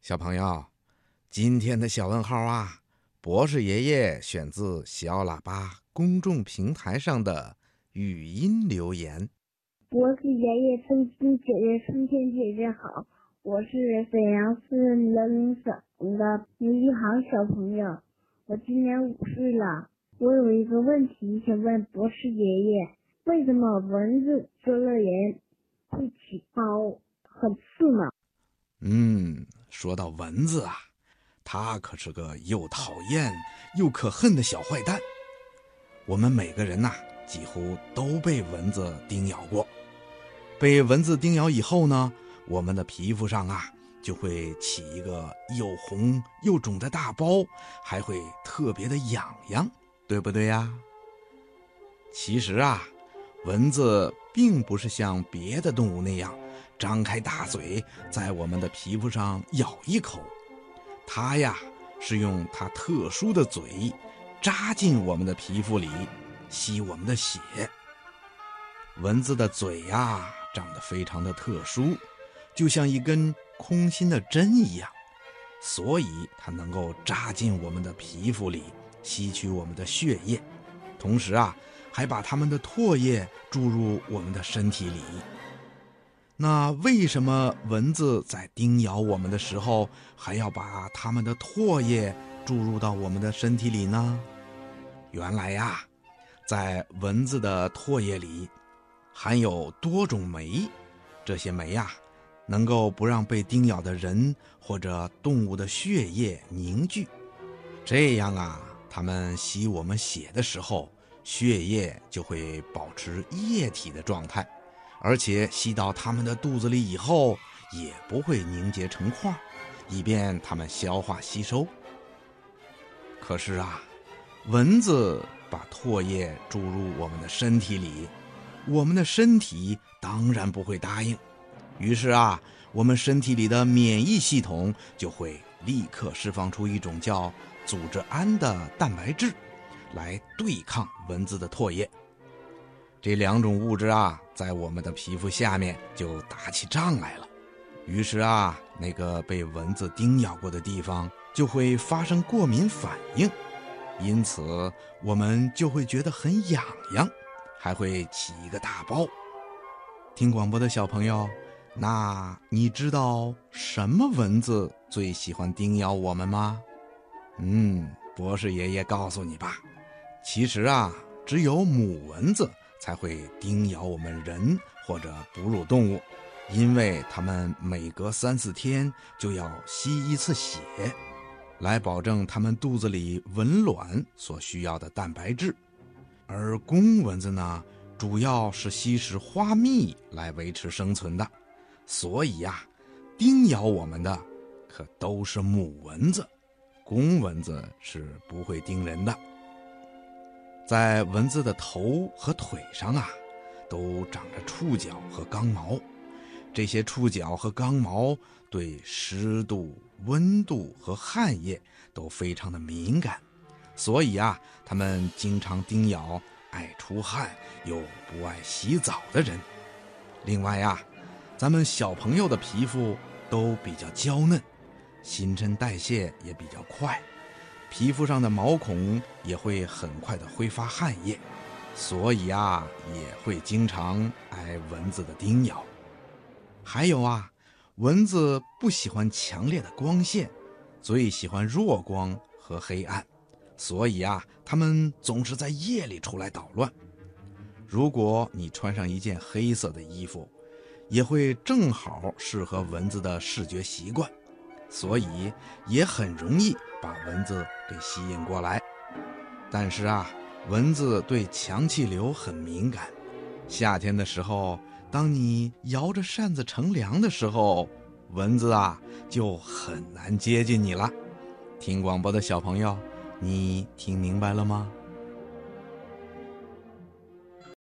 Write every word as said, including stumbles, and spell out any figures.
小朋友，今天的小问号啊，博士爷爷选自小喇叭公众平台上的语音留言。 博士爷爷、春心姐姐、春天姐姐好，我是沈阳市人民省的林一航小朋友，我今年五岁了。我有一个问题想问博士爷爷，为什么蚊子蛰了人会起包很刺呢？ 嗯，说到蚊子啊，它可是个又讨厌又可恨的小坏蛋。我们每个人呐、啊，几乎都被蚊子叮咬过。被蚊子叮咬以后呢，我们的皮肤上啊就会起一个又红又肿的大包，还会特别的痒痒，对不对呀？其实啊，蚊子并不是像别的动物那样张开大嘴在我们的皮肤上咬一口，它呀是用它特殊的嘴扎进我们的皮肤里，吸我们的血。蚊子的嘴呀长得非常的特殊，就像一根空心的针一样，所以它能够扎进我们的皮肤里，吸取我们的血液，同时啊还把它们的唾液注入我们的身体里。那为什么蚊子在叮咬我们的时候还要把它们的唾液注入到我们的身体里呢？原来呀，在蚊子的唾液里含有多种酶，这些酶呀能够不让被叮咬的人或者动物的血液凝聚，这样啊它们吸我们血的时候，血液就会保持液体的状态，而且吸到它们的肚子里以后也不会凝结成块，以便它们消化吸收。可是啊，蚊子把唾液注入我们的身体里，我们的身体当然不会答应。于是啊，我们身体里的免疫系统就会立刻释放出一种叫组织胺的蛋白质来对抗蚊子的唾液。这两种物质啊，在我们的皮肤下面就打起仗来了。于是啊，那个被蚊子叮咬过的地方就会发生过敏反应，因此我们就会觉得很痒痒，还会起一个大包。听广播的小朋友，那你知道什么蚊子最喜欢叮咬我们吗？嗯，博士爷爷告诉你吧，其实啊，只有母蚊子才会叮咬我们人或者哺乳动物，因为它们每隔三四天就要吸一次血，来保证它们肚子里蚊卵所需要的蛋白质。而公蚊子呢，主要是吸食花蜜来维持生存的，所以呀、啊，叮咬我们的可都是母蚊子，公蚊子是不会叮人的。在蚊子的头和腿上啊，都长着触角和刚毛，这些触角和刚毛对湿度、温度和汗液都非常的敏感，所以啊，它们经常叮咬爱出汗又不爱洗澡的人。另外啊，咱们小朋友的皮肤都比较娇嫩，新陈代谢也比较快，皮肤上的毛孔也会很快的挥发汗液，所以啊，也会经常挨蚊子的叮咬。还有啊，蚊子不喜欢强烈的光线，最喜欢弱光和黑暗，所以啊，它们总是在夜里出来捣乱。如果你穿上一件黑色的衣服，也会正好适合蚊子的视觉习惯，所以也很容易把蚊子给吸引过来。但是啊，蚊子对强气流很敏感，夏天的时候，当你摇着扇子乘凉的时候，蚊子啊就很难接近你了。听广播的小朋友，你听明白了吗？